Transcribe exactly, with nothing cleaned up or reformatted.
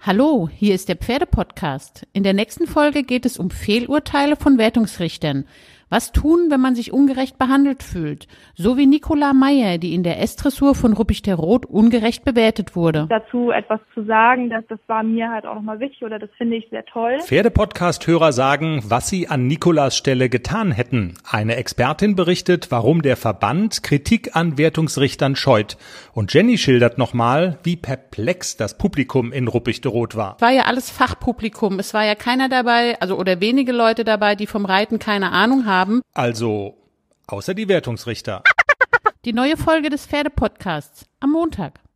Hallo, hier ist der Pferdepodcast. In der nächsten Folge geht es um Fehlurteile von Wertungsrichtern. Was tun, wenn man sich ungerecht behandelt fühlt? So wie Nicola Meyer, die in der S-Dressur von Ruppig-der-Rot ungerecht bewertet wurde. Dazu etwas zu sagen, dass das war mir halt auch nochmal wichtig oder das finde ich sehr toll. Pferdepodcast-Hörer sagen, was sie an Nicolas Stelle getan hätten. Eine Expertin berichtet, warum der Verband Kritik an Wertungsrichtern scheut. Und Jenny schildert nochmal, wie perplex das Publikum in Ruppig-der-Rot war. War ja alles Fachpublikum. Es war ja keiner dabei, also oder wenige Leute dabei, die vom Reiten keine Ahnung haben. Haben. Also, außer die Wertungsrichter. Die neue Folge des Pferdepodcasts am Montag.